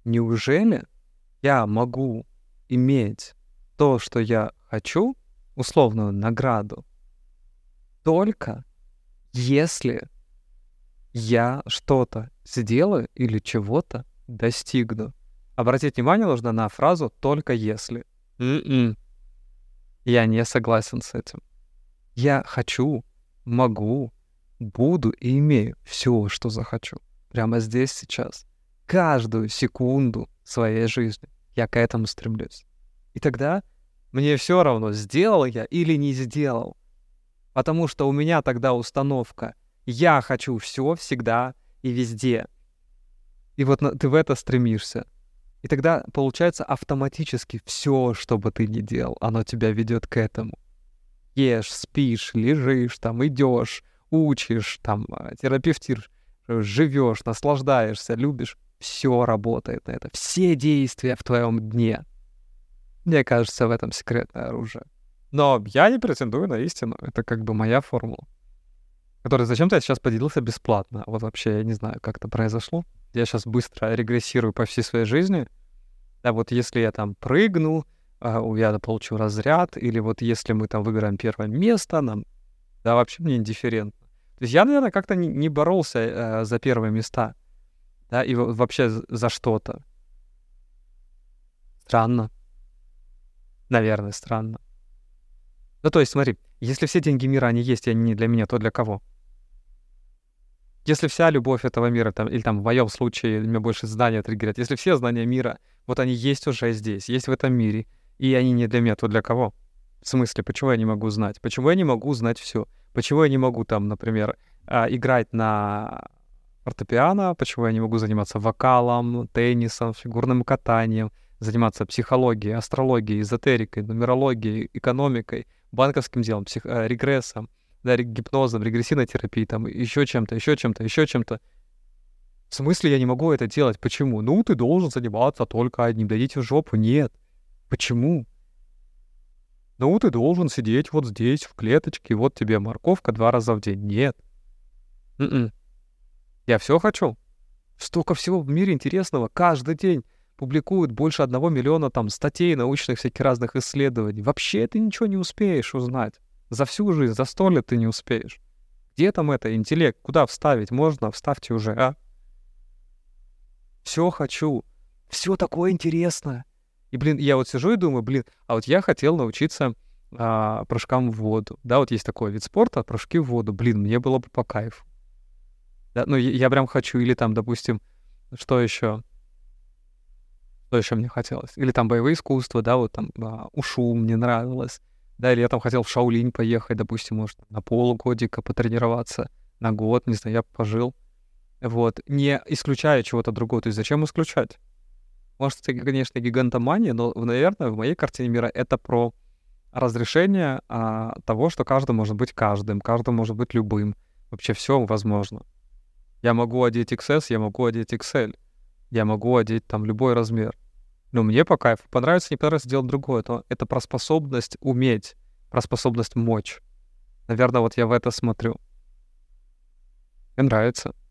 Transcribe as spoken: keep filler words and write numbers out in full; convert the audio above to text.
неужели я могу иметь то, что я хочу, условную награду, только если я что-то сделаю или чего-то достигну? Обратить внимание нужно на фразу «только если». М-м. Я не согласен с этим. Я хочу, могу, буду и имею все, что захочу. Прямо здесь, сейчас. Каждую секунду своей жизни я к этому стремлюсь. И тогда мне все равно, сделал я или не сделал. Потому что у меня тогда установка «я хочу все всегда и везде». И вот на- ты в это стремишься. И тогда получается автоматически все, что бы ты ни делал, оно тебя ведет к этому. Ешь, спишь, лежишь, там идешь, учишь, там а, терапевтируешь, живешь, наслаждаешься, любишь. Все работает на это. Все действия в твоем дне. Мне кажется, в этом секретное оружие. Но я не претендую на истину. Это как бы моя формула, которой зачем-то я сейчас поделился бесплатно. Вот вообще я не знаю, как это произошло. Я сейчас быстро регрессирую по всей своей жизни. Да, вот если я там прыгну, а, у- я получу разряд, или вот если мы там выбираем первое место, нам, да, вообще мне индифферентно. То есть я, наверное, как-то не, не боролся э, за первые места, да, и во- вообще з- за что-то. Странно. Наверное, странно. Ну, то есть, смотри, если все деньги мира, они есть, и они не для меня, то для кого? Если вся любовь этого мира, там, или там в моем случае меня больше знания триггерят, если все знания мира, вот они есть уже здесь, есть в этом мире, и они не для меня, то для кого? В смысле, почему я не могу знать? Почему я не могу знать все? Почему я не могу там, например, а, играть на фортепиано? Почему я не могу заниматься вокалом, теннисом, фигурным катанием, заниматься психологией, астрологией, эзотерикой, нумерологией, экономикой, банковским делом, псих... э, регрессом, да, ре- гипнозом, регрессивной терапией, там, еще чем-то, еще чем-то, еще чем-то. В смысле я не могу это делать? Почему? Ну, ты должен заниматься только одним. Да идите в жопу. Нет. Почему? Ну, ты должен сидеть вот здесь, в клеточке, вот тебе морковка два раза в день. Нет. М-м. Я все хочу. Столько всего в мире интересного. Каждый день публикуют больше одного миллиона там статей научных, всяких разных исследований. Вообще ты ничего не успеешь узнать. За всю жизнь, за сто лет ты не успеешь. Где там это, интеллект? Куда вставить можно? Вставьте уже, а? Все хочу. Все такое интересное. И, блин, я вот сижу и думаю, блин, а вот я хотел научиться а, прыжкам в воду. Да, вот есть такой вид спорта, прыжки в воду. Блин, мне было бы по кайфу. Да, ну, я, я прям хочу. Или там, допустим, что еще? Что еще мне хотелось? Или там боевые искусства, да, вот там а, ушу мне нравилось. Да, или я там хотел в Шаолинь поехать, допустим, может, на полгодика потренироваться, на год, не знаю, я пожил. Вот, не исключая чего-то другого. То есть зачем исключать? Может, это, конечно, гигантомания, но, наверное, в моей картине мира это про разрешение а, того, что каждый может быть каждым, каждый может быть любым. Вообще все возможно. Я могу одеть икс эс, я могу одеть икс эль, я могу одеть там любой размер. Но мне по кайфу. Понравится, не понравится, делать другое. Но это про способность уметь, про способность мочь. Наверное, вот я в это смотрю. Мне нравится.